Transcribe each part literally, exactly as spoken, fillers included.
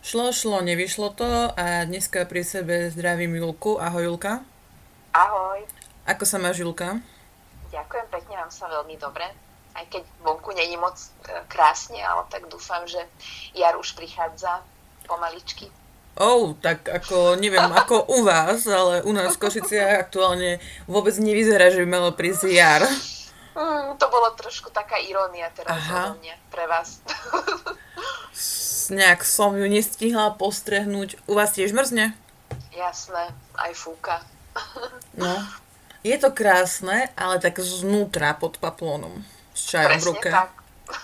Šlo, šlo, nevyšlo to a dneska pri sebe zdravím Julku. Ahoj Julka. Ahoj, Ako sa máš Julka? ďakujem pekne, mám sa veľmi dobre. Aj keď vonku není moc e, krásne, ale tak dúfam, že jar už prichádza pomaličky. Oh, tak ako, neviem, ako u vás, ale u nás v Košiciach aktuálne vôbec nevyzerá, že by malo prísť jar. Mm, to bolo trošku taká irónia teraz odo Aha, mňa pre vás. s- nejak som ju nestihla postrehnúť. U vás tiež mrzne? Jasné, aj fúka. No. Je to krásne, ale tak znútra pod paplónom. S čajom v Presne ruke. tak.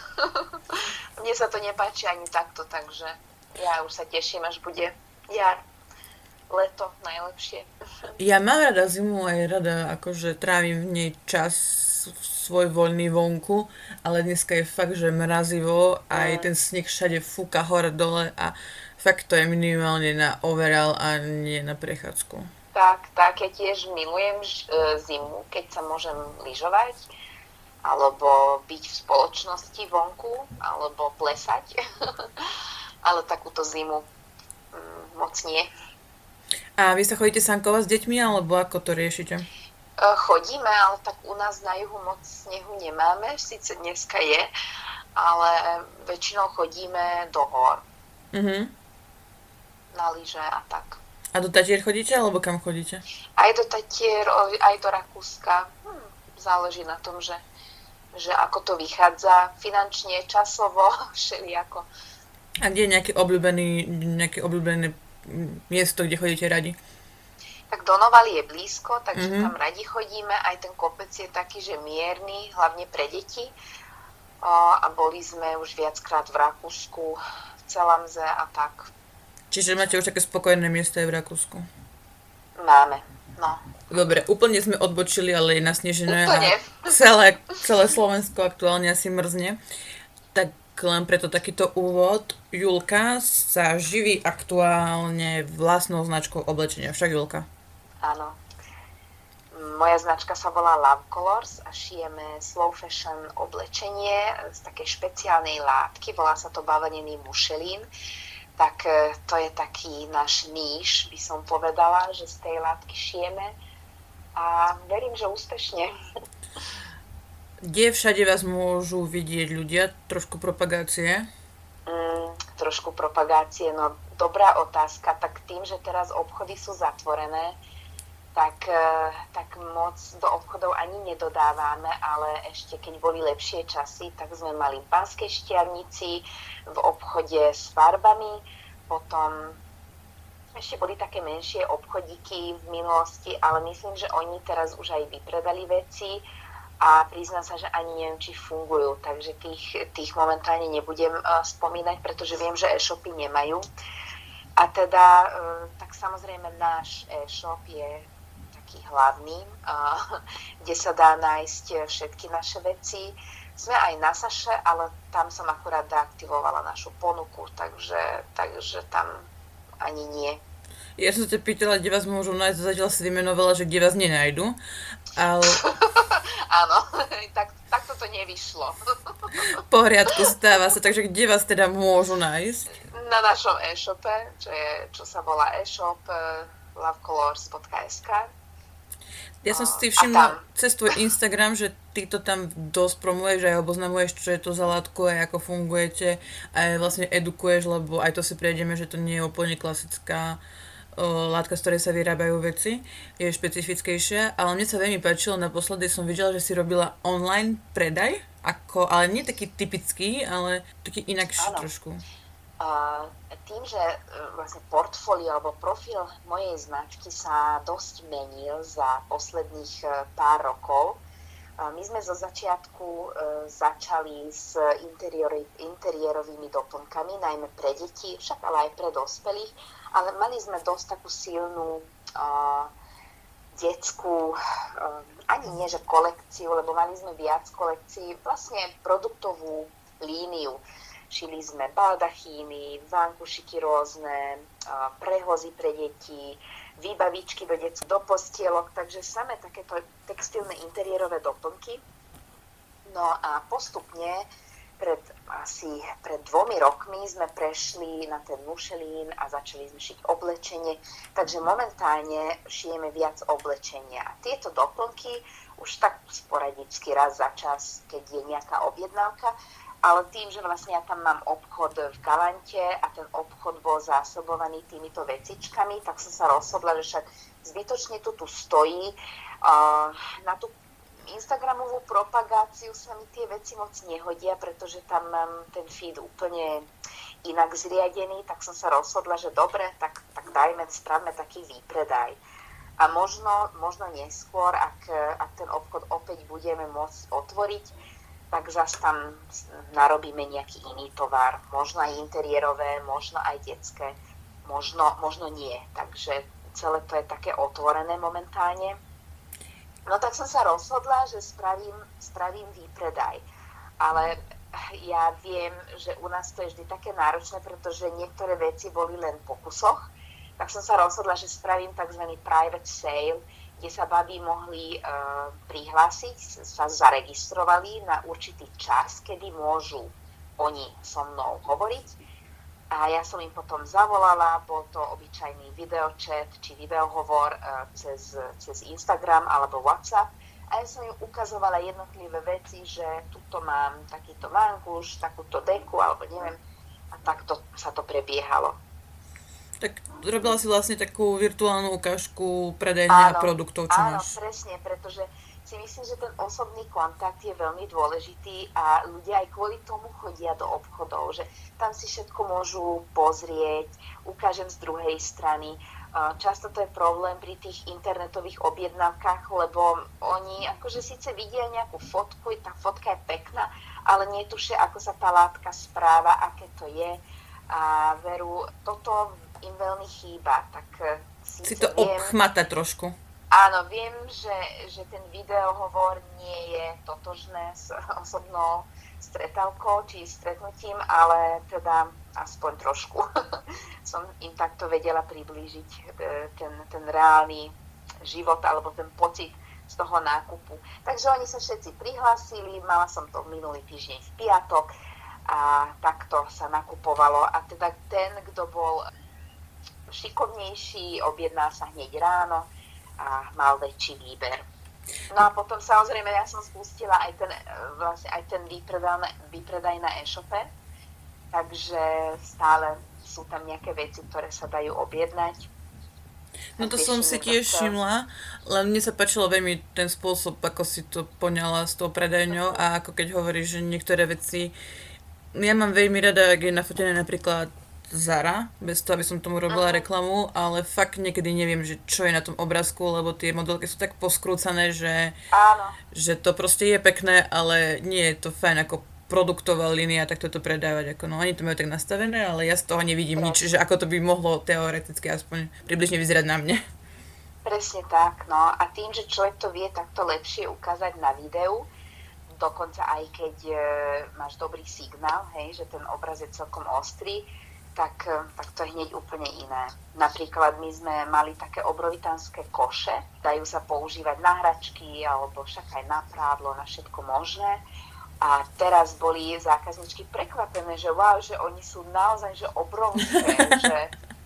Mne sa to nepáči ani takto, takže ja už sa teším, až bude jar, leto najlepšie. Ja mám rada zimu aj rada, akože trávim v nej čas svoj voľný vonku, ale dneska je fakt, že mrazivo, aj Mm. ten sneh všade fúka hore dole a fakt to je minimálne na overall a nie na prechádzku. Tak, tak, ja tiež milujem ž- e, zimu, keď sa môžem lyžovať, alebo byť v spoločnosti vonku, alebo plesať. Ale takúto zimu mm, moc nie. E, A vy sa chodíte sankovať s deťmi, alebo ako to riešite? Chodíme, ale tak u nás na juhu moc snehu nemáme, síce dneska je, ale väčšinou chodíme do hor, Mhm. na lyže a tak. A do Tatier chodíte, alebo kam chodíte? Aj do Tatier, o- aj do Rakúska. Hm, záleží na tom, že, že ako to vychádza finančne, časovo, všelijako. A kde je nejaký obľúbený, nejaké obľúbené mm, miesto, kde chodíte radi? Tak do Novaly je blízko, takže Mhm. tam radi chodíme. Aj ten kopec je taký, že mierny, hlavne pre deti. O, a boli sme už viackrát v Rakúsku, v Celamze a tak. Čiže máte už také spokojné miesto aj v Rakúsku. Máme. No, Dobre, úplne sme odbočili, ale je nasnežené a úplne. celé, celé Slovensko aktuálne asi mrzne. Tak len preto takýto úvod. Julka sa živí aktuálne vlastnou značkou oblečenia. Však Julka. Áno. Moja značka sa volá Love Colors a šijeme slow fashion oblečenie z takej špeciálnej látky, volá sa to bavlnený mušelín. Tak e, to je taký náš níž, by som povedala, že z tej látky šijeme a verím, že úspešne. Kde všade vás môžu vidieť ľudia? Trošku propagácie. Mm, trošku propagácie, no dobrá otázka. Tak tým, že teraz obchody sú zatvorené, tak, e, tak moc do obchodov ani nedodávame, ale ešte keď boli lepšie časy, tak sme mali v Banskej Štiavnici, v obchode s farbami, potom ešte boli také menšie obchodíky v minulosti, ale myslím, že oni teraz už aj vypredali veci a priznám sa, že ani neviem, či fungujú, takže tých, tých momentálne nebudem uh, spomínať, pretože viem, že e-shopy nemajú. A teda, uh, tak samozrejme náš e-shop je taký hlavný, uh, kde sa dá nájsť všetky naše veci. Sme aj na Saše, ale tam som akurát deaktivovala našu ponuku, takže, takže tam ani nie. Ja som sa ťa pýtala, kde vás môžu nájsť, zatiaľ si vymenovala, že kde vás nenájdu. Ale Áno, tak, takto to nevyšlo. v poriadku, stáva sa, takže kde vás teda môžu nájsť? Na našom e-shope, čo, je, čo sa volá e-shop uh, lovecolors bodka es ká. Ja som si A tam, všimla cez tvoj Instagram, že ty to tam dosť promuješ, aj oboznamuješ, čo je to za látku, aj ako fungujete, aj vlastne edukuješ, lebo aj to si prejdeme, že to nie je úplne klasická o, látka, z ktorej sa vyrábajú veci, je špecifickejšia, ale mne sa veľmi páčilo, naposledy som videla, že si robila online predaj, ako, ale nie taký typický, ale taký inakší áno. trošku. Uh, tým, že uh, vlastne portfólio alebo profil mojej značky sa dosť menil za posledných uh, pár rokov. Uh, my sme zo začiatku uh, začali s interiéry, interiérovými doplnkami, najmä pre deti, však ale aj pre dospelých, ale mali sme dosť takú silnú uh, detskú, uh, ani nie že kolekciu, lebo mali sme viac kolekcií, vlastne produktovú líniu. Šili sme baldachíny, vankušiky rôzne, prehozy pre deti, výbavičky do detí, do postielok, takže samé takéto textilné interiérové doplnky. No a postupne pred asi pred dvomi rokmi sme prešli na ten mušelín a začali sme šiť oblečenie, takže momentálne šijeme viac oblečenia. A tieto doplnky už tak sporadicky raz za čas, keď je nejaká objednávka, ale tým, že vlastne ja tam mám obchod v Galante a ten obchod bol zásobovaný týmito vecičkami, tak som sa rozhodla, že však zbytočne to tu stojí. Uh, na tú Instagramovú propagáciu sa mi tie veci moc nehodia, pretože tam mám ten feed úplne inak zriadený, tak som sa rozhodla, že dobre, tak, tak dajme, spravme taký výpredaj. A možno, možno neskôr, ak, ak ten obchod opäť budeme môcť otvoriť, tak zase tam narobíme nejaký iný tovar. Možno aj interiérové, možno aj detské, možno, možno nie. Takže celé to je také otvorené momentálne. No tak som sa rozhodla, že spravím, spravím výpredaj. Ale ja viem, že u nás to je vždy také náročné, pretože niektoré veci boli len po kusoch. Tak som sa rozhodla, že spravím tzv. Private sale, kde sa baby mohli uh, prihlásiť, sa zaregistrovali na určitý čas, kedy môžu oni so mnou hovoriť. A ja som im potom zavolala, bol to obyčajný videočet či videohovor uh, cez, cez Instagram alebo WhatsApp. A ja som im ukazovala jednotlivé veci, že tuto mám takýto manguš, takúto deku alebo neviem. A takto sa to prebiehalo. Tak robila si vlastne takú virtuálnu ukážku predajne produktov, čo áno, máš. Áno, presne, pretože si myslím, že ten osobný kontakt je veľmi dôležitý a ľudia aj kvôli tomu chodia do obchodov, že tam si všetko môžu pozrieť, ukážem z druhej strany. Často to je problém pri tých internetových objednávkach, lebo oni akože síce vidia nejakú fotku, tá fotka je pekná, ale netušia, ako sa tá látka správa, aké to je. A veru, toto im veľmi chýba, tak si to viem, obchmata trošku. Áno, viem, že, že ten videohovor nie je totožné s osobnou stretávkou či stretnutím, ale teda aspoň trošku som im takto vedela priblížiť ten, ten reálny život alebo ten pocit z toho nákupu. Takže oni sa všetci prihlásili, mala som to minulý týždeň v piatok a takto sa nakupovalo. A teda ten, kto bol šikovnejší, objednal sa hneď ráno a mal väčší výber. No a potom samozrejme ja som spustila aj ten, vlastne aj ten výpredaj, výpredaj na e-shope, takže stále sú tam nejaké veci, ktoré sa dajú objednať. No to som si tiež všimla, len mne sa páčilo veľmi ten spôsob, ako si to poňala s tou predajňou a ako keď hovoríš, že niektoré veci, ja mám veľmi rada, ak je nafotené napríklad Zara, bez toho, aby som tomu robila uh-huh. reklamu, ale fakt niekedy neviem, že čo je na tom obrázku, lebo tie modelky sú tak poskrúcané, že, že to proste je pekné, ale nie je to fajn ako produktová línia, tak toto predávať. Ako, no, oni to majú tak nastavené, ale ja z toho nevidím Presne. nič, že ako to by mohlo teoreticky aspoň približne vyzerať na mne. Presne tak, no a tým, že človek to vie takto lepšie ukázať na videu, dokonca aj keď e, máš dobrý signál, hej, že ten obraz je celkom ostrý, Tak, tak to je hneď úplne iné. Napríklad my sme mali také obrovitánske koše, dajú sa používať na hračky alebo však aj na prádlo, na všetko možné. A teraz boli zákazničky prekvapené, že wow, že oni sú naozaj že obrovské, že,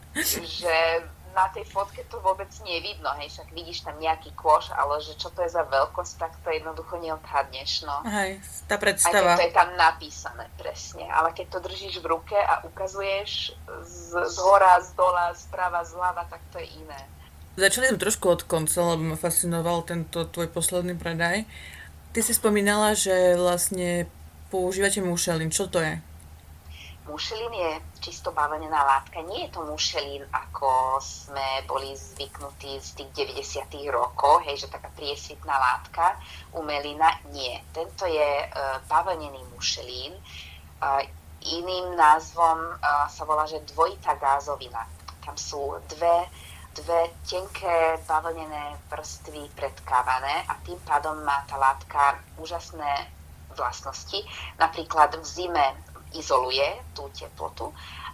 že na tej fotke to vôbec nie je vidno, hej, však vidíš tam nejaký kôš, ale že čo to je za veľkosť, tak to jednoducho neodhadneš, no. Hej, tá predstava. Aj keď to je tam napísané, presne, ale keď to držíš v ruke a ukazuješ z, z hora, z dola, zprava, zľava, tak to je iné. Začali sme trošku od konca, lebo ma fascinoval tento tvoj posledný predaj. Ty si spomínala, že vlastne používate mušelín, čo to je? Mušelín je čisto bavlnená látka. Nie je to mušelín, ako sme boli zvyknutí z tých deväťdesiatych rokov, hej, že taká priesvitná látka, umelina. Nie. Tento je uh, bavlnený mušelín. Uh, iným názvom uh, sa volá, že dvojitá gázovina. Tam sú dve, dve tenké bavlnené vrstvy predkávané a tým pádom má tá látka úžasné vlastnosti. Napríklad v zime izoluje tú teplotu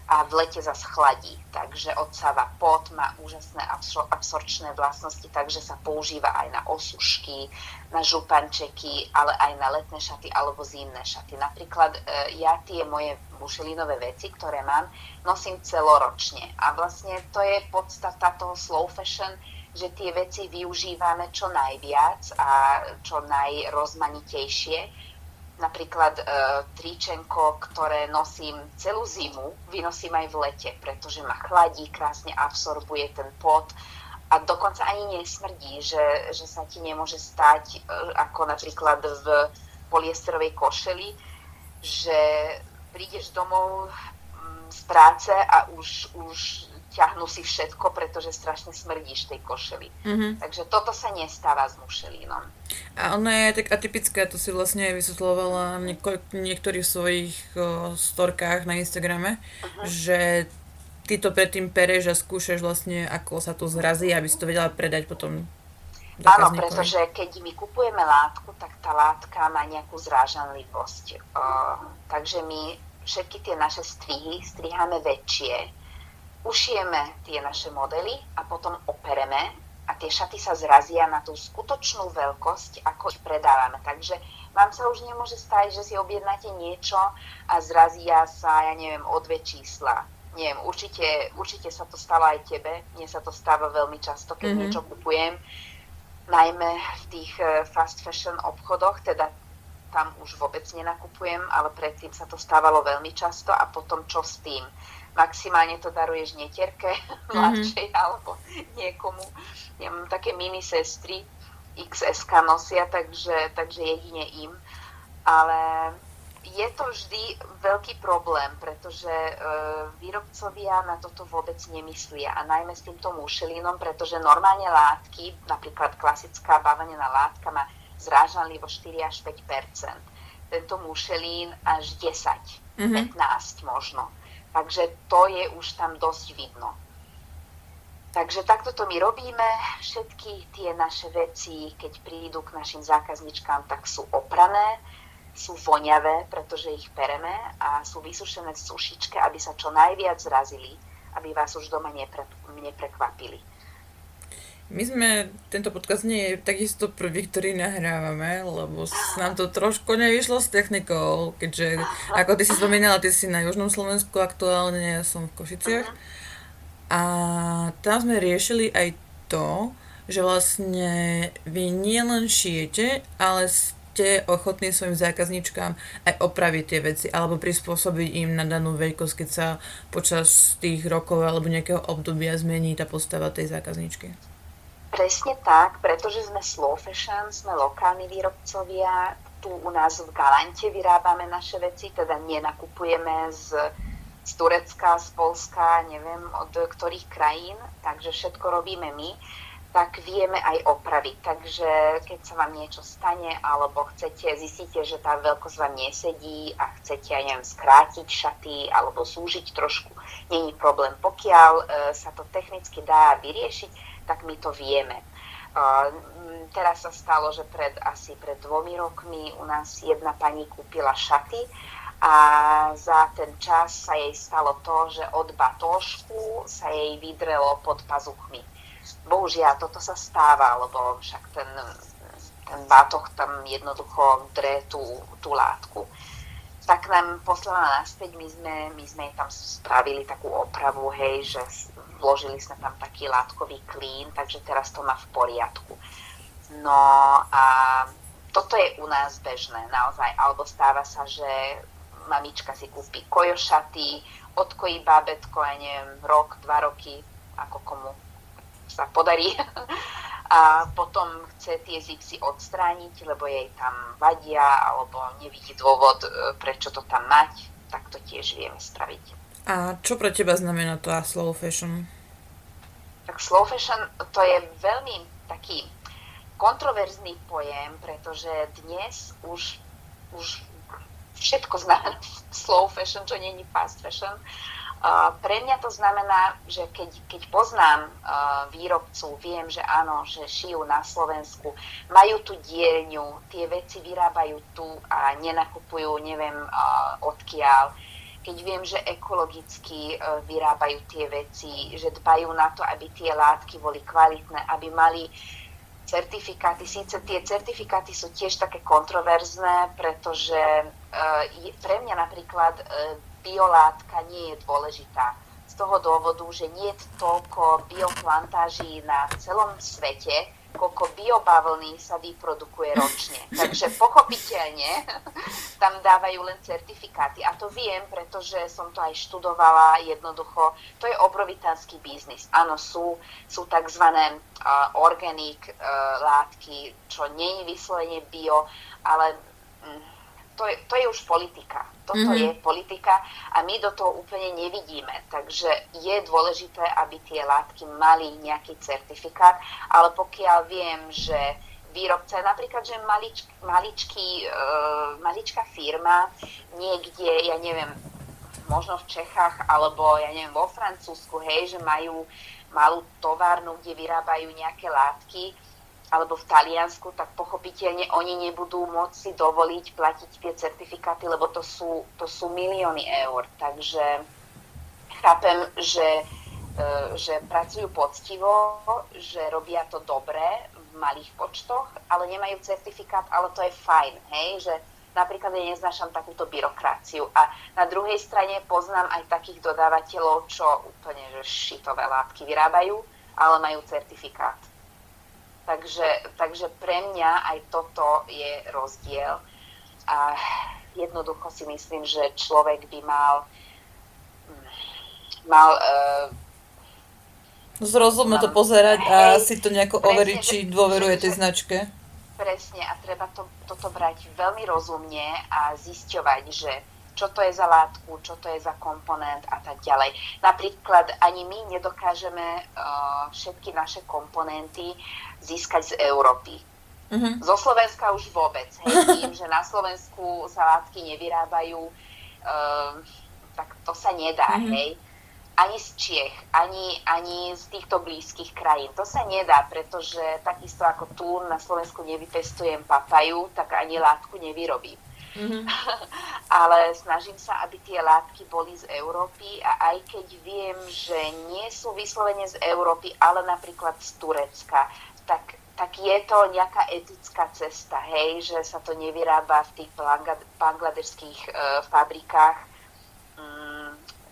a v lete zase chladí, takže odsáva pot, má úžasné absor- absorčné vlastnosti, takže sa používa aj na osušky, na župančeky, ale aj na letné šaty alebo zimné šaty. Napríklad e, ja tie moje mušelinové veci, ktoré mám, nosím celoročne a vlastne to je podstata toho slow fashion, že tie veci využívame čo najviac a čo najrozmanitejšie. Napríklad e, tričenko, ktoré nosím celú zimu, vynosím aj v lete, pretože ma chladí, krásne absorbuje ten pot a dokonca ani nesmrdí, že, že sa ti nemôže stať, e, ako napríklad v poliesterovej košeli, že prídeš domov m, z práce a už, už ťahnú si všetko, pretože strašne smrdíš tej košeli. Mm-hmm. Takže toto sa nestáva s mušelínom. A ona je tak atypická, to si vlastne aj vysvetľovala v nieko- niektorých svojich o, storkách na Instagrame, uh-huh. že ty to predtým pereš a skúšaš vlastne, ako sa to zrazí, aby si to vedela predať potom zákazníkovi. Áno, pretože keď my kupujeme látku, tak tá látka má nejakú zrážanlivosť. O, takže my všetky tie naše strihy striháme väčšie, ušijeme tie naše modely a potom opereme a tie šaty sa zrazia na tú skutočnú veľkosť, ako ich predávame. Takže vám sa už nemôže stať, že si objednáte niečo a zrazia sa, ja neviem, o dve čísla. Neviem, určite, určite sa to stalo aj tebe. Mne sa to stáva veľmi často, keď mm-hmm. niečo kupujem. Najmä v tých fast fashion obchodoch, teda tam už vôbec nenakupujem, ale predtým sa to stávalo veľmi často a potom čo s tým? Maximálne to daruješ netierke mladšej mm-hmm. alebo niekomu. Ja mám také mini sestry, iks es ká nosia, takže, takže jedine im. Ale je to vždy veľký problém, pretože e, výrobcovia na toto vôbec nemyslia. A najmä s týmto mušelínom, pretože normálne látky, napríklad klasická bavlnená látka má zrážanlivo štyri až päť percent. Tento mušelín až desať, mm-hmm. pätnásť možno. Takže to je už tam dosť vidno. Takže takto to my robíme. Všetky tie naše veci, keď prídu k našim zákazničkám, tak sú oprané, sú voňavé, pretože ich pereme a sú vysušené v sušičke, aby sa čo najviac zrazili, aby vás už doma nepre, neprekvapili. My sme, tento podcast nie je takisto prvý, ktorý nahrávame, lebo nám to trošku nevyšlo s technikou, keďže, ako ty si spomínala, ty si na južnom Slovensku aktuálne, ja som v Košiciach. A tam sme riešili aj to, že vlastne vy nielen šijete, ale ste ochotní svojim zákazníčkám aj opraviť tie veci, alebo prispôsobiť im na danú veľkosť, keď sa počas tých rokov alebo nejakého obdobia zmení tá postava tej zákazníčky. Presne tak, pretože sme slow fashion, sme lokálni výrobcovia, tu u nás v Galante vyrábame naše veci, teda nenakupujeme z, z Turecka, z Polska, neviem od ktorých krajín, takže všetko robíme my, tak vieme aj opraviť. Takže keď sa vám niečo stane, alebo chcete, zistíte, že tá veľkosť vám nesedí a chcete, ja neviem, skrátiť šaty alebo zúžiť trošku, nie je problém. Pokiaľ e, sa to technicky dá vyriešiť, tak my to vieme. Uh, teraz sa stalo, že pred asi pred dvomi rokmi u nás jedna pani kúpila šaty a za ten čas sa jej stalo to, že od batóžku sa jej vydrelo pod pazuchmi. Bohužiaľ, toto sa stáva, lebo však ten, ten batoh tam jednoducho dre tú, tú látku. Tak nám poslala naspäť, my sme, my sme tam spravili takú opravu, hej, že vložili sme tam taký látkový klín, takže teraz to má v poriadku. No a toto je u nás bežné, naozaj. Alebo stáva sa, že mamička si kúpi kojošaty, odkojí bábätko, ja neviem, rok, dva roky, ako komu sa podarí. A potom chce tie zipsy odstrániť, lebo jej tam vadia, alebo nevidí dôvod, prečo to tam mať, tak to tiež vieme spraviť. A čo pre teba znamená to slow fashion? Tak slow fashion to je veľmi taký kontroverzný pojem, pretože dnes už, už všetko znamená slow fashion, čo nie je fast fashion. Uh, pre mňa to znamená, že keď, keď poznám uh, výrobcu, viem, že áno, že šijú na Slovensku, majú tu dielňu, tie veci vyrábajú tu a nenakupujú neviem uh, odkiaľ. keď viem, že ekologicky vyrábajú tie veci, že dbajú na to, aby tie látky boli kvalitné, aby mali certifikáty. Síce tie certifikáty sú tiež také kontroverzné, pretože pre mňa napríklad biolátka nie je dôležitá. Z toho dôvodu, že nie je toľko bioplantáží na celom svete, koľko biobavlny sa vyprodukuje ročne. Takže pochopiteľne tam dávajú len certifikáty. A to viem, pretože som to aj študovala jednoducho. To je obrovitánsky biznis. Áno, sú, sú tzv. Uh, organic uh, látky, čo nie je vyslovene bio, ale mm, to, je, to je už politika. Toto mm-hmm. je politika a my do toho úplne nevidíme. Takže je dôležité, aby tie látky mali nejaký certifikát, ale pokiaľ viem, že výrobca, napríklad, že malič, maličký, uh, maličká firma niekde, ja neviem, možno v Čechách alebo ja neviem, vo Francúzsku, hej, že majú malú továrnu, kde vyrábajú nejaké látky, alebo v Taliansku, tak pochopiteľne oni nebudú môcť si dovoliť platiť tie certifikáty, lebo to sú, to sú milióny eur. Takže chápem, že, že pracujú poctivo, že robia to dobre v malých počtoch, ale nemajú certifikát, ale to je fajn, hej, že napríklad ja neznášam takúto byrokraciu. A na druhej strane poznám aj takých dodávateľov, čo úplne že šitové látky vyrábajú, ale majú certifikát. Takže, takže pre mňa aj toto je rozdiel a jednoducho si myslím, že človek by mal mal uh, zrozumne to pozerať a hej, si to nejako presne, overiť, či dôveruje tej značke. Presne, a treba to, toto brať veľmi rozumne a zisťovať, že čo to je za látku, čo to je za komponent a tak ďalej. Napríklad ani my nedokážeme uh, všetky naše komponenty získať z Európy. Uh-huh. Zo Slovenska už vôbec. Hej, tým, že na Slovensku sa látky nevyrábajú, uh, tak to sa nedá, uh-huh. hej. Ani z Čiech, ani, ani z týchto blízkych krajín. To sa nedá, pretože takisto ako tu na Slovensku nevypestujem papaju, tak ani látku nevyrobím. Mm-hmm. Ale snažím sa, aby tie látky boli z Európy a aj keď viem, že nie sú vyslovene z Európy, ale napríklad z Turecka, tak, tak je to nejaká etická cesta, hej, že sa to nevyrába v tých bangladešských uh, fabrikách, um,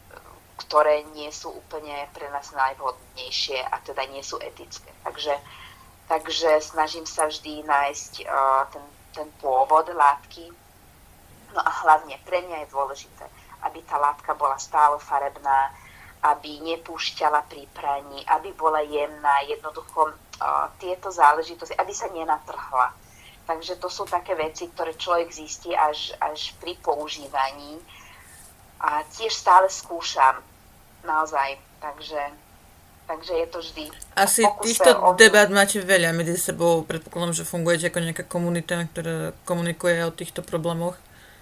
ktoré nie sú úplne pre nás najvhodnejšie a teda nie sú etické. Takže, takže snažím sa vždy nájsť uh, ten, ten pôvod látky. No a hlavne pre mňa je dôležité, aby tá látka bola stále farebná, aby nepúšťala pri praní, aby bola jemná, jednoducho uh, tieto záležitosti, aby sa nenatrhla. Takže to sú také veci, ktoré človek zistí až, až pri používaní. A tiež stále skúšam, naozaj, takže, takže je to vždy. Asi týchto o... debát máte veľa medzi sebou, predpokladám, že fungujete ako nejaká komunita, ktorá komunikuje o týchto problémoch.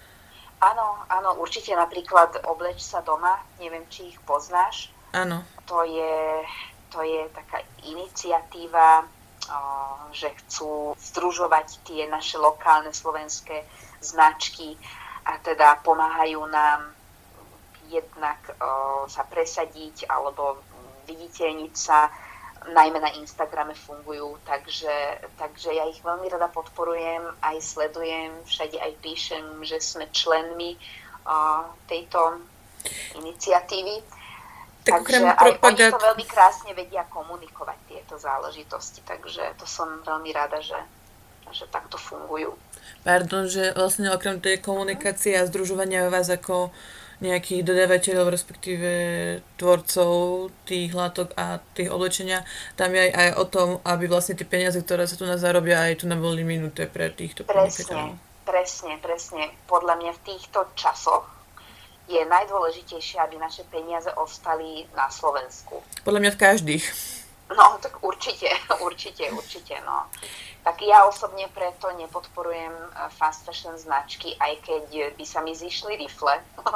Áno, áno, určite napríklad Obleč sa doma, neviem, či ich poznáš. Áno. To je, to je taká iniciatíva, že chcú združovať tie naše lokálne slovenské značky a teda pomáhajú nám jednak sa presadiť alebo viditeľniť sa, najmä na Instagrame fungujú, takže, takže ja ich veľmi rada podporujem, aj sledujem, všade aj píšem, že sme členmi uh, tejto iniciatívy. Tak takže aj propagát... oni to veľmi krásne vedia komunikovať, tieto záležitosti, takže to som veľmi rada, že, že takto fungujú. Pardon, že vlastne okrem tej komunikácie a združovania vás ako nejakých dodávateľov, respektíve tvorcov tých látok a tých oblečenia, tam je aj, aj o tom, aby vlastne tie peniaze, ktoré sa tu nás zarobia, aj tu neboli minuté pre týchto podnikateľov. Presne, presne, presne. Podľa mňa v týchto časoch je najdôležitejšie, aby naše peniaze ostali na Slovensku. Podľa mňa v každých. No, tak určite, určite, určite, no. Tak ja osobne preto nepodporujem fast fashion značky, aj keď by sa mi zišli rifle,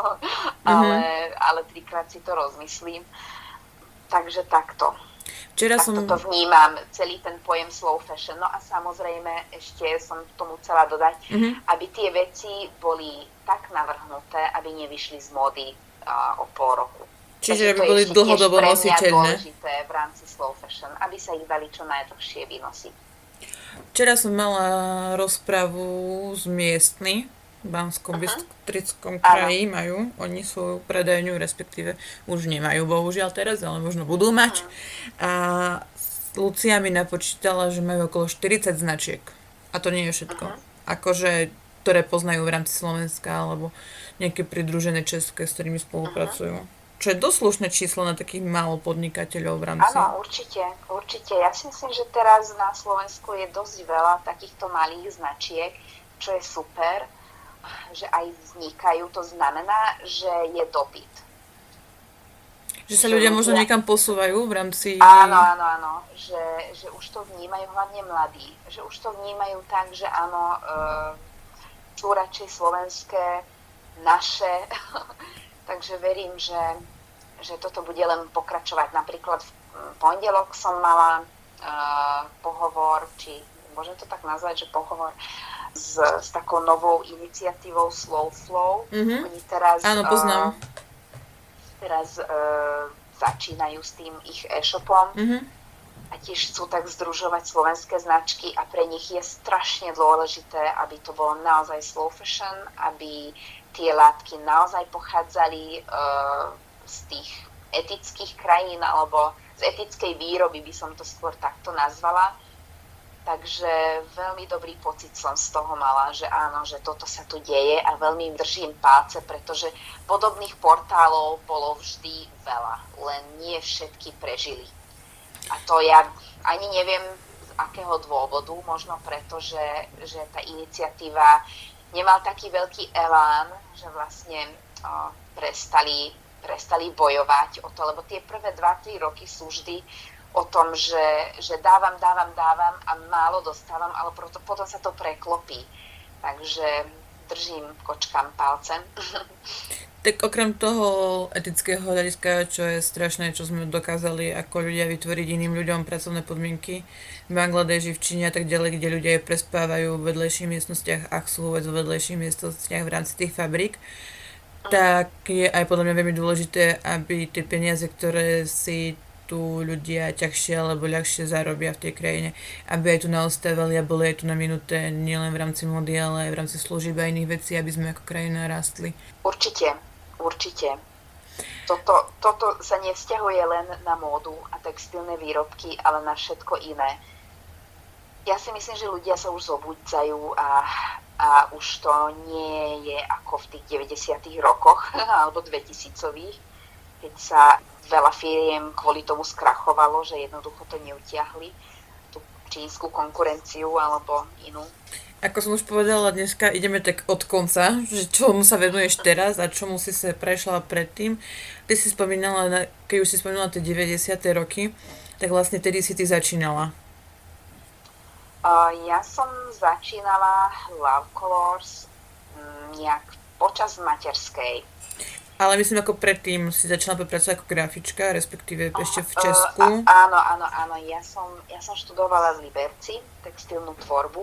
ale, mm-hmm. ale trikrát si to rozmyslím. Takže takto. Včera takto som... to vnímam, celý ten pojem slow fashion. No a samozrejme ešte som tomu chcela dodať, mm-hmm. aby tie veci boli tak navrhnuté, aby nevyšli z módy. uh, o pol roku. Čiže aby boli dlhodobo nositeľné. Dôležité v rámci slow fashion, aby sa ich dali čo najdlhšie vynosiť. Včera som mala rozpravu s miestny v Banskom Bystrickom kraji, majú, oni svoju predajňu, respektíve už nemajú bohužiaľ teraz, ale možno budú mať. Uh-huh. A Lucia mi napočítala, že majú okolo štyridsať značiek. A to nie je všetko. Uh-huh. Akože, ktoré poznajú v rámci Slovenska, alebo nejaké pridružené české, s ktorými spolupracujú. Uh-huh. Čo je dosť slušné číslo na takých málo podnikateľov v rámci. Áno, určite, určite. Ja si myslím, že teraz na Slovensku je dosť veľa takýchto malých značiek, čo je super, že aj vznikajú. To znamená, že je dopyt. Že sa ľudia možno niekam posúvajú v rámci... Áno, áno, áno. Že, že už to vnímajú hlavne mladí. Že už to vnímajú tak, že áno, e, sú radšej slovenské, naše... Takže verím, že, že toto bude len pokračovať. Napríklad v pondelok som mala uh, pohovor, či môžem to tak nazvať, že pohovor s, s takou novou iniciatívou Slow Flow. Mm-hmm. Oni teraz, Áno, poznám. Uh, teraz uh, začínajú s tým ich e-shopom mm-hmm. a tiež chcú tak združovať slovenské značky a pre nich je strašne dôležité, aby to bolo naozaj slow fashion, aby tie látky naozaj pochádzali uh, z tých etických krajín alebo z etickej výroby, by som to skôr takto nazvala. Takže veľmi dobrý pocit som z toho mala, že áno, že toto sa tu deje a veľmi im držím palce, pretože podobných portálov bolo vždy veľa, len nie všetky prežili. A to ja ani neviem z akého dôvodu, možno preto, že, že tá iniciatíva nemal taký veľký elán, že vlastne o, prestali, prestali bojovať o to, lebo tie prvé dva tri roky sú vždy o tom, že, že dávam, dávam, dávam a málo dostávam, ale proto, potom sa to preklopí. Takže držím kočkám palcem. Tak okrem toho etického hľadiska, čo je strašné, čo sme dokázali ako ľudia vytvoriť iným ľuďom pracovné podmienky v Bangladeži, v Číne a tak ďalej, kde ľudia prespávajú v vedlejších miestnostiach a chcú vôbec v vedlejších miestnostiach v rámci tých fabrík, tak je aj podľa mňa veľmi dôležité, aby tie peniaze, ktoré si tu ľudia ťažšie alebo ľahšie zarobia v tej krajine, aby aj tu naostávali a boli aj tu na minuté nielen v rámci mody, ale aj v rámci služieb a iných vecí, aby sme ako krajina rástli. Určite, určite. Toto, toto sa nevzťahuje len na módu a textilné výrobky, ale na všetko iné. Ja si myslím, že ľudia sa už zobudzajú a, a už to nie je ako v tých deväťdesiatych rokoch alebo dvetisícových, keď sa veľa firiem kvôli tomu skrachovalo, že jednoducho to neutiahli, tú čínsku konkurenciu alebo inú. Ako som už povedala, dneska ideme tak od konca, že čomu sa venuješ teraz a čomu si sa prešla predtým. Ty si spomínala, keď už si spomínala tie deväťdesiate roky, tak vlastne tedy si ty začínala. Uh, ja som začínala Love Colors um, nejak počas materskej. Ale myslím, ako predtým si začala pracovať ako grafička, respektíve ešte v Česku. Uh, a, áno, áno, áno. Ja som, ja som študovala v Liberci textilnú tvorbu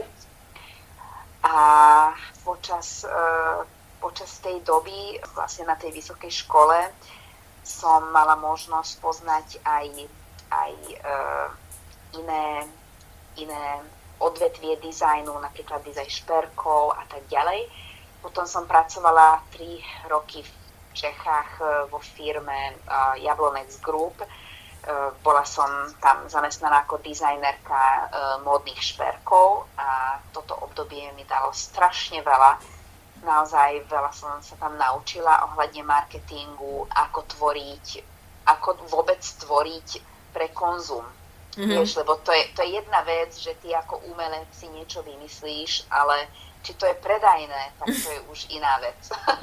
a počas, uh, počas tej doby, vlastne na tej vysokej škole, som mala možnosť poznať aj, aj uh, iné, iné odvetvie dizajnu, napríklad dizajn šperkov a tak ďalej. Potom som pracovala tri roky v Čechách vo firme Jablonex Group. Bola som tam zamestnaná ako dizajnerka módnych šperkov a toto obdobie mi dalo strašne veľa. Naozaj veľa som sa tam naučila ohľadne marketingu, ako tvoriť, ako vôbec tvoriť pre konzum. Mm-hmm. Vieš, lebo to je, to je jedna vec, že ty ako umelec si niečo vymyslíš, ale či to je predajné, tak to je už iná vec.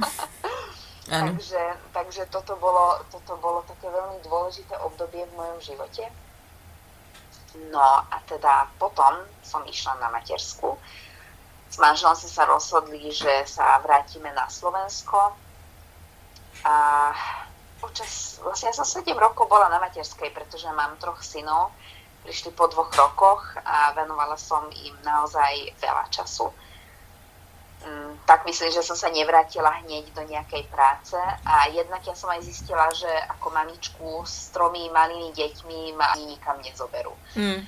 takže, takže toto bolo, toto bolo také veľmi dôležité obdobie v mojom živote. No a teda potom som išla na matersku. S manželom sme sa rozhodli, že sa vrátime na Slovensko. A počas, vlastne ja som sedem rokov bola na materskej, pretože mám troch synov. Prišli po dvoch rokoch a venovala som im naozaj veľa času. tak myslím, že som sa nevrátila hneď do nejakej práce a jednak ja som aj zistila, že ako mamičku s tromi malými deťmi ma ani nikam nezoberú. Mm.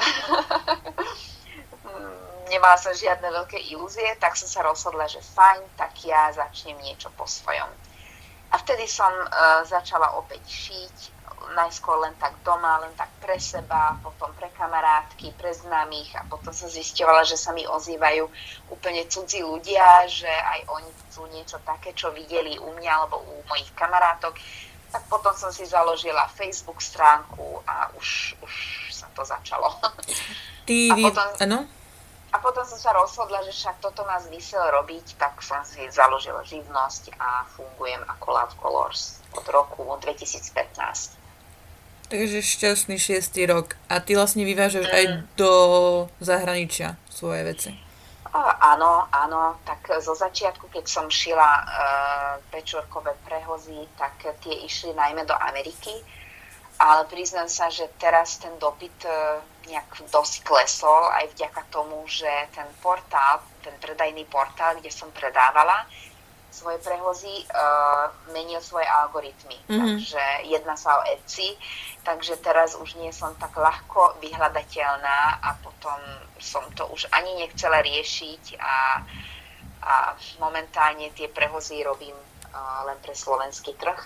Nemala som žiadne veľké ilúzie, tak som sa rozhodla, že fajn, tak ja začnem niečo po svojom. A vtedy som uh, začala opäť šiť, najskôr len tak doma, len tak pre seba, potom pre kamarátky, pre známych a potom som zisťovala, že sa mi ozývajú úplne cudzí ľudia, že aj oni chcú niečo také, čo videli u mňa alebo u mojich kamarátok. Tak potom som si založila Facebook stránku a už, už sa to začalo. Ty, a, potom, ano? a potom som sa rozhodla, že však toto má zmysel robiť, tak som si založila živnosť a fungujem ako Love Colors od roku dvetisícpätnásť. Takže šťastný šiestý rok. A ty vlastne vyvážaš mm. aj do zahraničia svoje veci. O, áno, áno. Tak zo začiatku, keď som šila uh, pečorkové prehozy, tak tie išli najmä do Ameriky. Ale priznám sa, že teraz ten dopyt uh, nejak dosť klesol aj vďaka tomu, že ten portál, ten predajný portál, kde som predávala svoje prehozy, uh, menil svoje algoritmy. Mm-hmm. Takže jedná sa o Etsy, takže teraz už nie som tak ľahko vyhľadateľná a potom som to už ani nechcela riešiť a, a momentálne tie prehozy robím uh, len pre slovenský trh.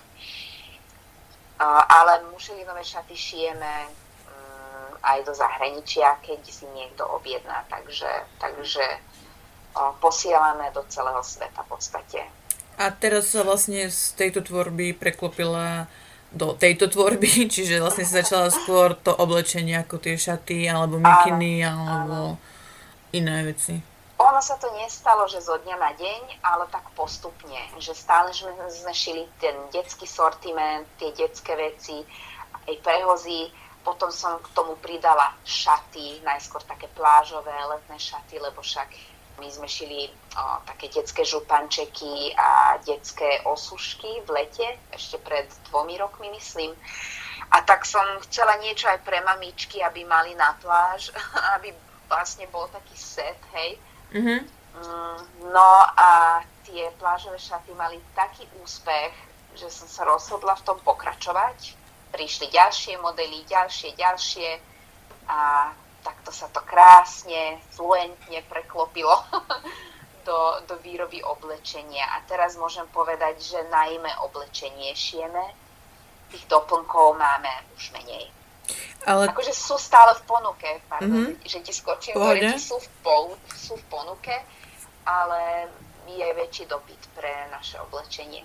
Uh, ale mušelinové šaty šijeme um, aj do zahraničia, keď si niekto objedná, takže, takže uh, posielame do celého sveta v podstate. A teraz sa vlastne z tejto tvorby preklopila do tejto tvorby, čiže vlastne si začala skôr to oblečenie ako tie šaty, alebo mikiny, alebo iné veci. Ono sa to nestalo, že zo dňa na deň, ale tak postupne, že stále sme, sme šili ten detský sortiment, tie detské veci, aj prehozy, potom som k tomu pridala šaty, najskôr také plážové, letné šaty, lebo však my sme šili o, také detské župančeky a detské osušky v lete, ešte pred dvomi rokmi, myslím. A tak som chcela niečo aj pre mamičky, aby mali na pláž, aby vlastne bol taký set, hej. Mm-hmm. No a tie plážové šaty mali taký úspech, že som sa rozhodla v tom pokračovať. Prišli ďalšie modely, ďalšie, ďalšie a takto sa to krásne, fluentne preklopilo do, do výroby oblečenia. A teraz môžem povedať, že najmä oblečenie šijeme, tých doplnkov máme už menej. Ale... Akože sú stále v ponuke, pardon, mm-hmm. že ti skočím do reči, sú v, pol, sú v ponuke, ale je väčší dopyt pre naše oblečenie.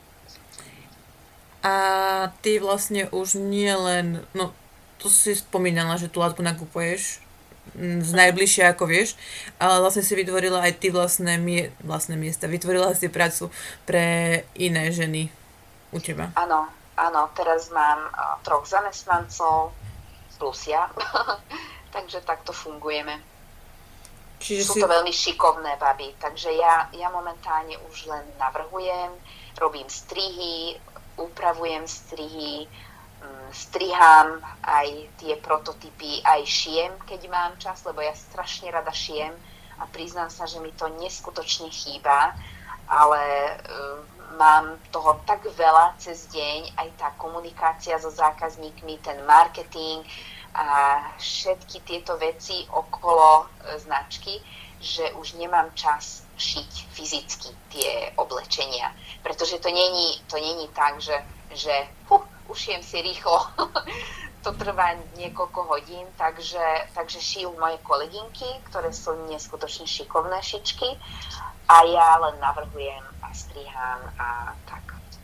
A ty vlastne už nie len, no to si spomínala, že tú látku nakupuješ z najbližšie, ako vieš, ale vlastne si vytvorila aj ty vlastné, mie- vlastné miesta, vytvorila si prácu pre iné ženy u teba. Áno, áno, teraz mám uh, troch zamestnancov plus ja, takže takto fungujeme. Čiže Sú si... to veľmi šikovné baby, takže ja, ja momentálne už len navrhujem, robím strihy, upravujem strihy, strihám aj tie prototypy, aj šijem, keď mám čas, lebo ja strašne rada šijem a priznám sa, že mi to neskutočne chýba, ale um, mám toho tak veľa cez deň, aj tá komunikácia so zákazníkmi, ten marketing a všetky tieto veci okolo e, značky, že už nemám čas šiť fyzicky tie oblečenia, pretože to není, to není tak, že, že huh, ušijem si rýchlo, to trvá niekoľko hodín, takže, takže šijú moje kolegynky, ktoré sú neskutočne šikovné šičky a ja len navrhujem a strihám a tak.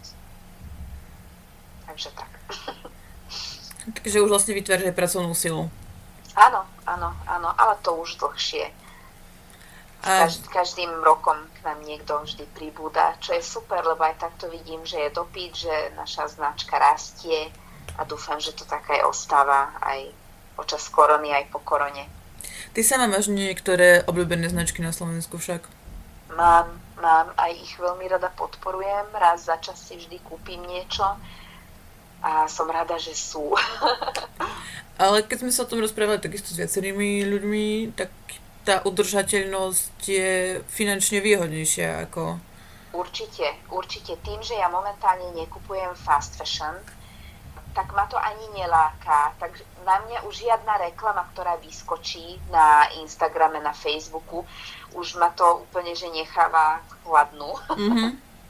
Takže tak. Takže už vlastne vytváraš aj pracovnú silu. Áno, áno, áno, ale to už dlhšie. A... Každ- každým rokom k nám niekto vždy pribúda, čo je super, lebo aj takto vidím, že je dopyt, že naša značka rastie a dúfam, že to tak aj ostáva aj počas korony, aj po korone. Ty sama máš niektoré obľúbené značky na Slovensku však? Mám, mám, aj ich veľmi rada podporujem, raz za čas si vždy kúpim niečo a som rada, že sú. Ale keď sme sa o tom rozprávali takisto s viacerými ľuďmi, tak tá udržateľnosť je finančne výhodnejšia ako... Určite, určite. Tým, že ja momentálne nekupujem fast fashion, tak ma to ani neláka. Takže na mňa už žiadna reklama, ktorá vyskočí na Instagrame, na Facebooku, už ma to úplne, že necháva chladnú. Mm-hmm.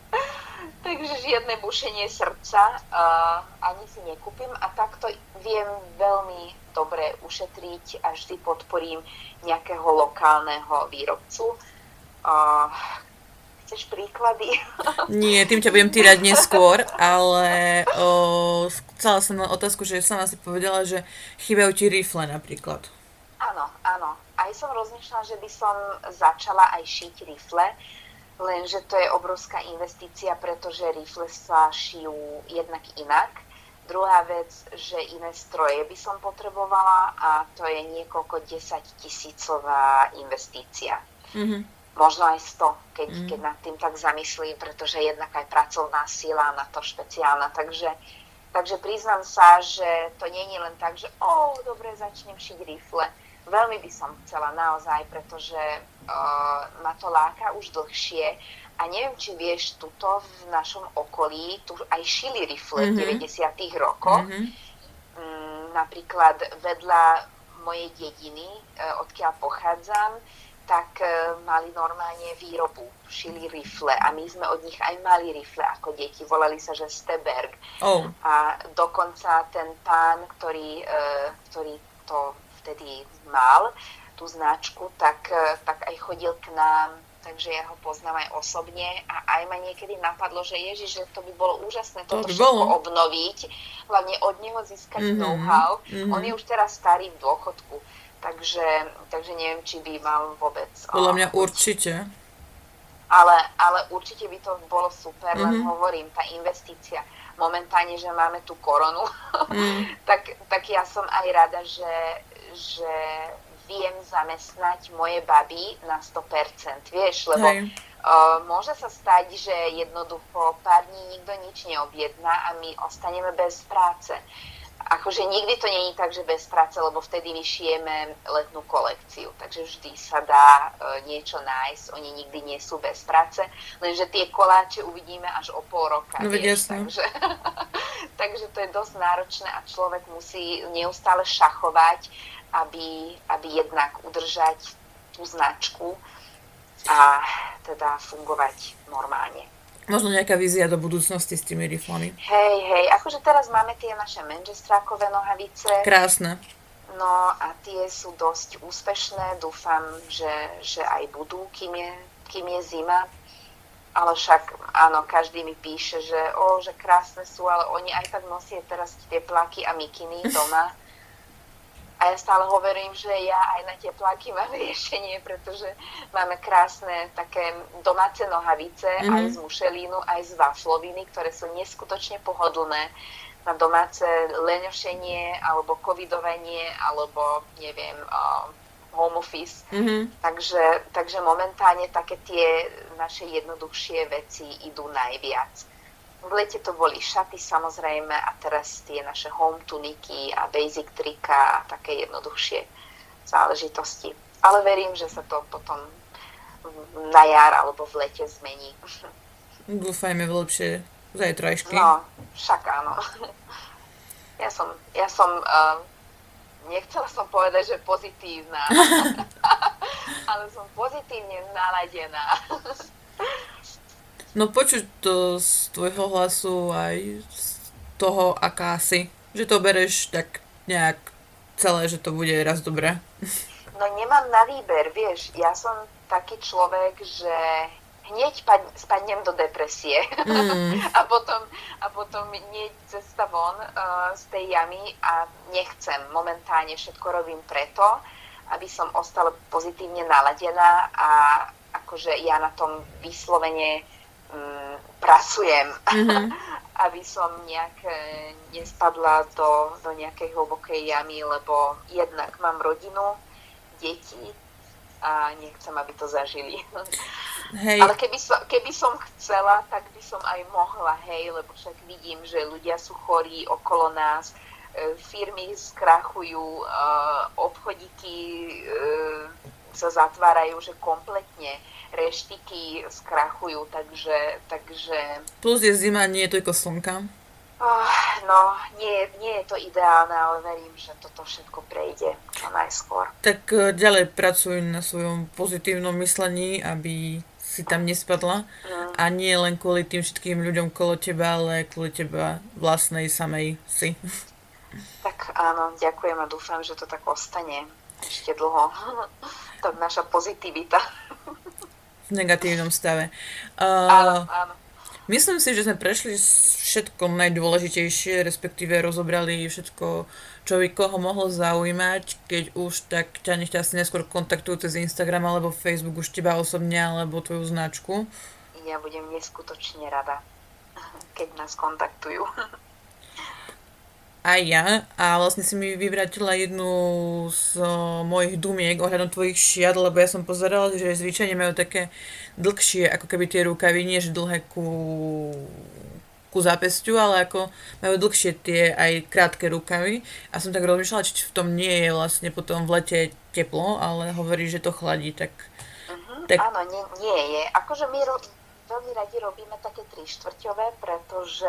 Takže žiadne bušenie srdca uh, ani si nekúpim a takto viem veľmi dobre ušetriť a vždy podporím nejakého lokálneho výrobcu. Uh, chceš príklady? Nie, tým ťa budem týrať neskôr, ale o, chcela som na otázku, že sama si povedala, že chýbajú ti rifle napríklad. Áno, áno. Aj som rozmýšľala, že by som začala aj šiť rifle, lenže to je obrovská investícia, pretože rifle sa šijú jednak inak. Druhá vec, že iné stroje by som potrebovala a to je niekoľko desaťtisícová investícia. Mm-hmm. Možno aj sto, keď, mm. keď nad tým tak zamyslím, pretože jednak aj pracovná sila na to špeciálna. Takže, takže priznám sa, že to nie je len tak, že o, dobre, začnem šiť rifle. Veľmi by som chcela naozaj, pretože uh, ma to láka už dlhšie a neviem, či vieš, tuto v našom okolí tu aj šili rifle mm-hmm. v deväťdesiatych rokoch. Mm-hmm. Um, napríklad vedľa mojej dediny, uh, odkiaľ pochádzam, tak uh, mali normálne výrobu, šili rifle a my sme od nich aj mali rifle ako deti, volali sa, že Steberg. Oh. A dokonca ten pán, ktorý, uh, ktorý to vtedy mal, tú značku, tak, tak aj chodil k nám, takže ja ho poznám aj osobne a aj ma niekedy napadlo, že ježiš, že to by bolo úžasné toto to všetko obnoviť, hlavne od neho získať mm-hmm. know-how. Mm-hmm. On je už teraz starý v dôchodku, takže, takže neviem, či by mal vôbec... Podľa mňa určite. Ale, ale určite by to bolo super, mm-hmm. len hovorím, tá investícia. Momentálne, že máme tú koronu, mm. tak, tak ja som aj rada, že, že viem zamestnať moje baby na sto percent, vieš, lebo uh, môže sa stať, že jednoducho pár dní nikto nič neobjedná a my ostaneme bez práce. Akože nikdy to nie je tak, že bez práce, lebo vtedy vyšijeme letnú kolekciu, takže vždy sa dá uh, niečo nájsť, oni nikdy nie sú bez práce, lenže tie koláče uvidíme až o pol roka, no, vieš, takže, takže to je dosť náročné a človek musí neustále šachovať, aby, aby jednak udržať tú značku a teda fungovať normálne. Možno nejaká vízia do budúcnosti s tými riflami. Hej, hej, akože teraz máme tie naše manchesterákové nohavice. Krásne. No a tie sú dosť úspešné, dúfam, že, že aj budú, kým je, kým je zima. Ale však áno, každý mi píše, že o, že krásne sú, ale oni aj tak nosia teraz tie plaky a mikiny doma. A ja stále hovorím, že ja aj na tie plaky mám riešenie, pretože máme krásne také domáce nohavice, mm-hmm. aj z mušelínu, aj z wafloviny, ktoré sú neskutočne pohodlné na domáce leňošenie, alebo covidovanie, alebo neviem, uh, home office. Mm-hmm. Takže, takže momentálne také tie naše jednoduchšie veci idú najviac. V lete to boli šaty samozrejme a teraz tie naše home tuniky a basic trika a také jednoduchšie záležitosti. Ale verím, že sa to potom na jar alebo v lete zmení. Dúfajme v lepšie zajtrajšky. No, však áno. Ja som, ja som uh, nechcela som povedať, že pozitívna, ale som pozitívne naladená. No počuť to z tvojho hlasu aj z toho, aká si, že to bereš tak nejak celé, že to bude raz dobré. No nemám na výber, vieš, ja som taký človek, že hneď spadnem do depresie mm. a potom, a potom hneď cesta von uh, z tej jamy a nechcem, momentálne všetko robím preto, aby som ostala pozitívne naladená a akože ja na tom vyslovene um, pracujem, mm-hmm. aby som nejak nespadla do, do nejakej hlbokej jamy, lebo jednak mám rodinu, deti a nechcem, aby to zažili. Hej. Ale keby som, keby som chcela, tak by som aj mohla, hej, lebo však vidím, že ľudia sú chorí okolo nás, firmy skrachujú, obchodíky sa zatvárajú, že kompletne reštiky skrachujú, takže, takže... Plus je zima, nie je toľko slnka. Oh, no, nie, nie je to ideálne, ale verím, že toto všetko prejde čo najskôr. Tak e, ďalej pracuj na svojom pozitívnom myslení, aby si tam nespadla. Mm. A nie len kvôli tým všetkým ľuďom kolo teba, ale kvôli teba vlastnej samej si. Tak áno, ďakujem a dúfam, že to tak ostane ešte dlho. To je naša pozitivita. V negatívnom stave. Áno, Uh, áno. myslím si, že sme prešli všetko najdôležitejšie, respektíve rozobrali všetko, čo by koho mohlo zaujímať. Keď už, tak ťa nech ťa asi neskôr kontaktujú cez Instagram alebo Facebook, už teba osobne, alebo tvoju značku. Ja budem neskutočne rada, keď nás kontaktujú. Aj ja. A vlastne si mi vyvrátila jednu z o, mojich dumiek ohľadom tvojich šiat, lebo ja som pozerala, že zvyčajne majú také dlhšie, ako keby tie rukavy, nie že dlhé ku, ku zápestiu, ale ako majú dlhšie tie aj krátke rukavy. A som tak rozmýšľala, či v tom nie je vlastne potom v lete teplo, ale hovorí, že to chladí, tak... Uh-huh. tak... Áno, nie, nie je. Akože my ro- veľmi radi robíme také tri štvrťové, pretože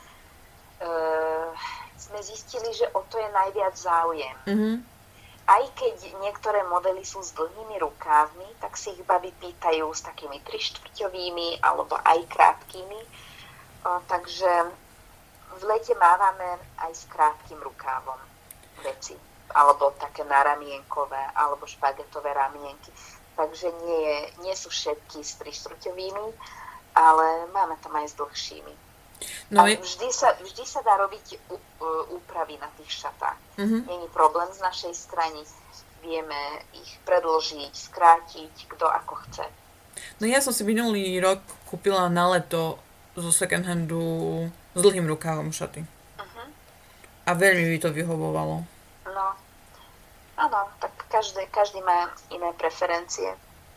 uh, sme zistili, že o to je najviac záujem. Uh-huh. Aj keď niektoré modely sú s dlhými rukávmi, tak si ich baby pýtajú s takými tri štvrťovými alebo aj krátkými. O, takže v lete mávame aj s krátkým rukávom veci. Alebo také naramienkové, alebo špagetové ramienky. Takže nie, nie sú všetky s tri štvrťovými, ale máme tam aj s dlhšími. No, a vždy sa, vždy sa dá robiť úpravy na tých šatách. Uh-huh. Není problém z našej strany. Vieme ich predĺžiť, skrátiť, kto ako chce. No ja som si minulý rok kúpila na leto zo second handu s dlhým rukávom šaty. Uh-huh. A veľmi mi to vyhovovalo. No, áno, tak každý, každý má iné preferencie.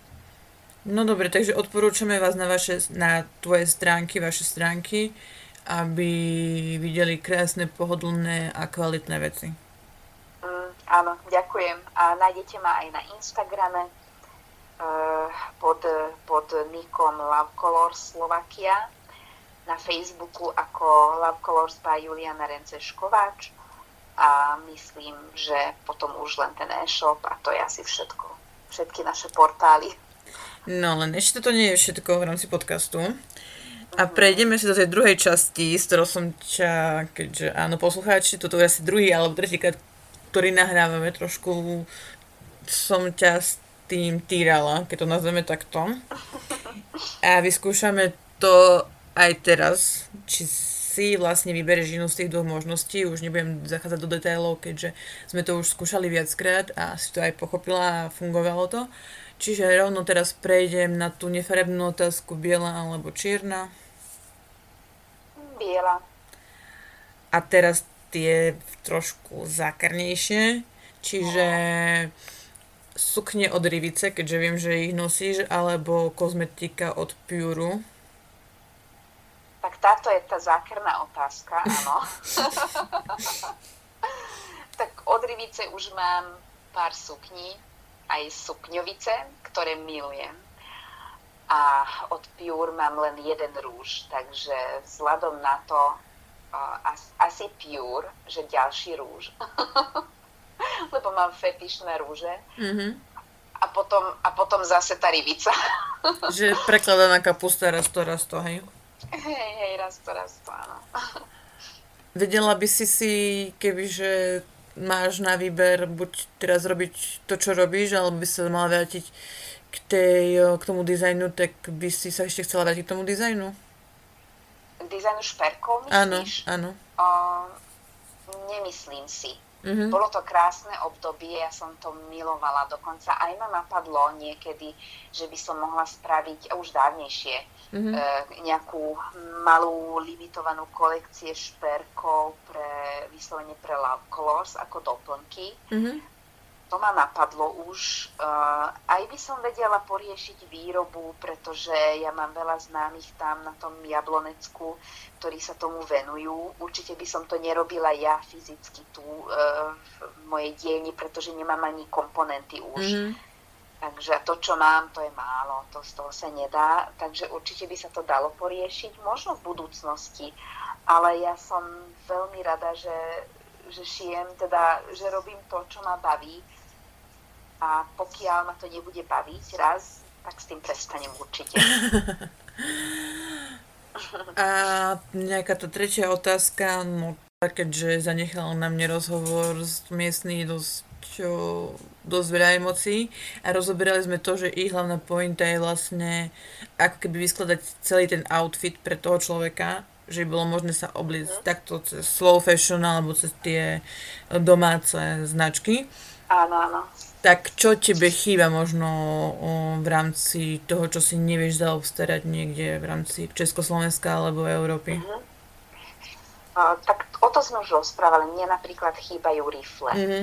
No dobre, takže odporúčame vás na, vaše, na tvoje stránky, vaše stránky, aby videli krásne, pohodlné a kvalitné veci. Mm, áno, ďakujem. A nájdete ma aj na Instagrame uh, pod, pod nikom Love Colors Slovakia, na Facebooku ako Love Colors by Juliana Renceš-Kováč a myslím, že potom už len ten e-shop a to je asi všetko. Všetky naše portály. No len ešte to nie je všetko v rámci podcastu. A prejdeme si do tej druhej časti, s ktorou som ťa, keďže áno, poslucháči, toto je asi druhý alebo tretíkrát, ktorý nahrávame, trošku som ťa s tým týrala, keď to nazveme takto. A vyskúšame to aj teraz, či si vlastne vyberieš jednu z tých dvoch možností, už nebudem zachádzať do detailov, keďže sme to už skúšali viackrát a si to aj pochopila a fungovalo to. Čiže rovno teraz prejdem na tú nefarebnú otázku, biela alebo čierna. Biela. A teraz tie trošku zákarnejšie, čiže sukne od Rivice, keďže viem, že ich nosíš, alebo kozmetika od Pure. Tak táto je tá zákerná otázka, áno. Tak od Rivice už mám pár sukní, aj sukňovice, ktoré milujem. A od Pure mám len jeden rúž, takže vzhľadom na to uh, asi Pure, že ďalší rúž. Lebo mám fetišné rúže. Mm-hmm. A, potom, a potom zase tá Rivica. Že prekladaná kapusta raz to, raz to, hej? Hej, hej, raz to, raz to, áno. Vedela by si si, kebyže máš na výber buď teraz robiť to, čo robíš, alebo by sa mala vrátiť k, tej, k tomu dizajnu, tak by si sa ešte chcela vrátiť k tomu dizajnu? K dizajnu šperkov, Áno, myslíš? áno. O, nemyslím si. Mm-hmm. Bolo to krásne obdobie, ja som to milovala, dokonca aj ma napadlo niekedy, že by som mohla spraviť, už dávnejšie, mm-hmm. e, nejakú malú limitovanú kolekcie šperkov pre, vyslovene pre Love Colors ako doplnky. Mm-hmm. To ma napadlo už. E, aj by som vedela poriešiť výrobu, pretože ja mám veľa známych tam na tom Jablonecku, ktorí sa tomu venujú. Určite by som to nerobila ja fyzicky tu e, v mojej dielni, pretože nemám ani komponenty už. Mm-hmm. Takže to, čo mám, to je málo, to z toho sa nedá, takže určite by sa to dalo poriešiť, možno v budúcnosti, ale ja som veľmi rada, že, že šijem, teda, že robím to, čo ma baví a pokiaľ ma to nebude baviť raz, tak s tým prestanem určite. A nejaká tá tretia otázka, no keďže zanechal na mne rozhovor s miestný dosť čo dosť veľa emócií a rozoberali sme to, že ich hlavná pointa je vlastne ako keby vyskladať celý ten outfit pre toho človeka, že by bolo možné sa obliecť mm. takto cez slow fashion alebo cez tie domáce značky. Áno, áno. Tak čo tebe chýba možno o, v rámci toho, čo si nevieš zaobstarať niekde v rámci Československa alebo Európy? Mm-hmm. Uh, tak o to sme už rozprávali. Mne napríklad chýbajú rifle. Mm-hmm.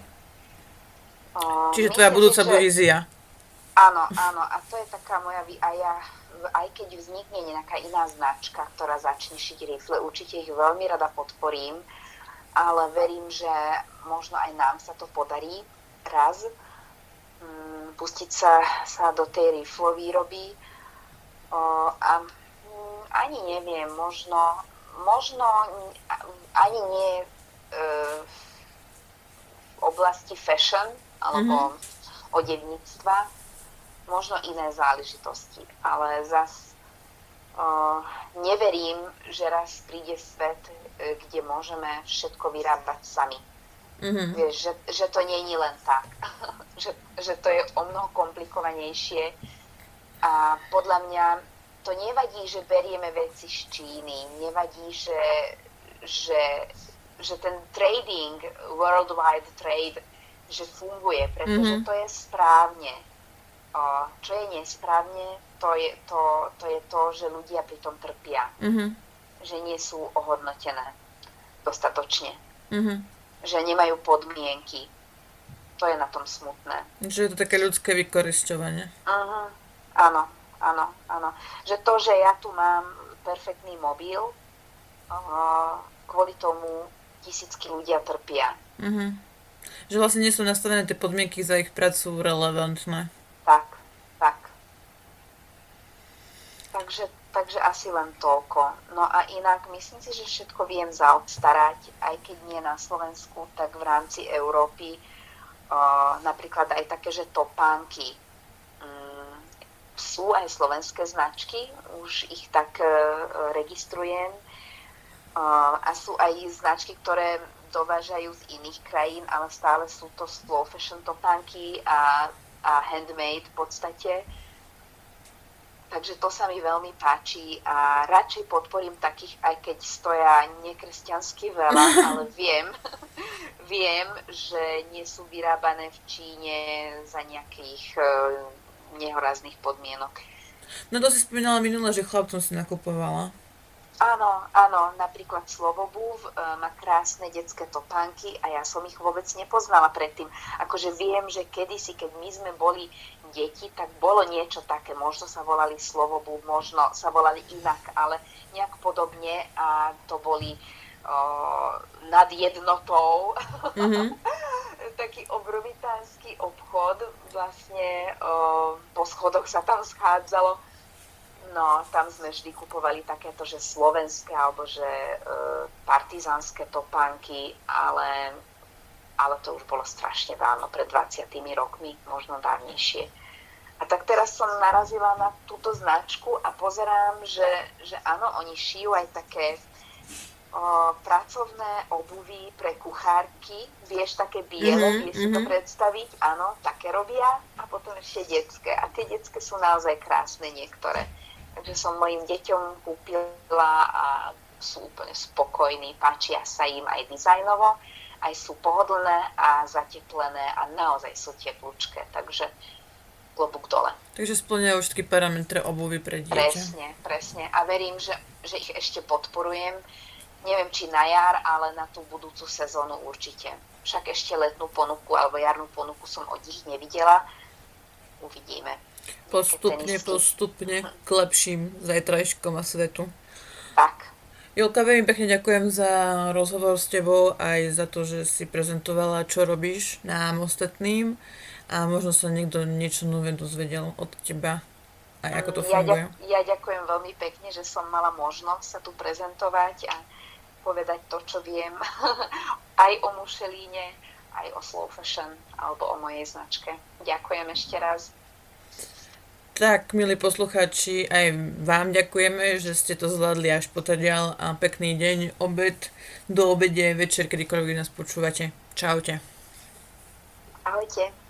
Uh, Čiže tvoja budúca že... vízia. Áno, áno, a to je taká moja vý... a ja, aj keď vznikne nejaká iná značka, ktorá začne šiť rifle, určite ich veľmi rada podporím, ale verím, že možno aj nám sa to podarí raz um, pustiť sa, sa do tej riflo výroby uh, a um, ani neviem, možno možno ani nie uh, v oblasti fashion alebo mm-hmm. odevníctva, možno iné záležitosti. Ale zas uh, neverím, že raz príde svet, kde môžeme všetko vyrábať sami. Mm-hmm. Vieš, že, že to nie je len tak. že, že to je o mnoho komplikovanejšie. A podľa mňa to nevadí, že berieme veci z Číny. Nevadí, že, že, že ten trading, worldwide trade, že funguje, pretože mm-hmm. to je správne. O, čo je nesprávne, to je to, to je to, že ľudia pri tom trpia. Mm-hmm. Že nie sú ohodnotené dostatočne. Mm-hmm. Že nemajú podmienky. To je na tom smutné. Že je to také ľudské vykorisťovanie. Uh-huh. Áno, áno, áno. Že to, že ja tu mám perfektný mobil, uh, kvôli tomu tisícky ľudia trpia. Uh-huh. Že vlastne nie sú nastavené tie podmienky za ich prácu relevantné. Tak, tak. Takže, takže asi len toľko. No a inak myslím si, že všetko viem zaobstarať, aj keď nie na Slovensku, tak v rámci Európy. Uh, napríklad aj také, že topánky. Um, sú aj slovenské značky, už ich tak uh, registrujem. Uh, a sú aj značky, ktoré dovážajú z iných krajín, ale stále sú to slow fashion topánky a, a handmade v podstate. Takže to sa mi veľmi páči a radšej podporím takých, aj keď stoja nekresťansky veľa, ale viem, viem, že nie sú vyrábané v Číne za nejakých uh, nehorazných podmienok. No to si spomínala minule, že chlapcom si nakupovala. Áno, áno, napríklad Slovobuv e, má krásne detské topánky a ja som ich vôbec nepoznala predtým. Akože viem, že kedysi, keď my sme boli deti, tak bolo niečo také, možno sa volali Slovobuv, možno sa volali inak, ale nejak podobne a to boli o, nad jednotou mm-hmm. taký obrovitánsky obchod, vlastne o, po schodoch sa tam schádzalo. No, tam sme vždy kupovali takéto, že slovenské alebo že e, partizánske topánky, ale, ale to už bolo strašne dávno, pred dvadsiatimi rokmi, možno dávnejšie. A tak teraz som narazila na túto značku a pozerám, že, že áno, oni šijú aj také o, pracovné obuvy pre kuchárky, vieš, také biele, mm-hmm, vieš si mm-hmm. to predstaviť, áno, také robia a potom ešte detské. A tie detské sú naozaj krásne niektoré. Takže som mojim deťom kúpila a sú úplne spokojní, páčia sa im aj dizajnovo, aj sú pohodlné a zateplené a naozaj sú teplúčké, takže klobúk dole. Takže spĺňajú všetky parametre obuvy pre dieťa. Presne, presne a verím, že, že ich ešte podporujem, neviem či na jar, ale na tú budúcu sezónu určite. Však ešte letnú ponuku alebo jarnú ponuku som od nich nevidela, uvidíme. Postupne, postupne k lepším zajtrajškom a svetu. Tak, Julka, veľmi pekne ďakujem za rozhovor s tebou, aj za to, že si prezentovala, čo robíš nám ostatným a možno sa niekto niečo nové dozvedel od teba, aj ako to Mm, Ja, funguje. ďak- ja ďakujem veľmi pekne, že som mala možnosť sa tu prezentovať a povedať to, čo viem aj o Mušelíne, aj o Slow Fashion alebo o mojej značke. Ďakujem ešte raz. Tak, milí poslucháči, aj vám ďakujeme, že ste to zvládli až potadiaľ a pekný deň, obed, do obede, večer, kedykoľvek nás počúvate. Čaute. Ahojte.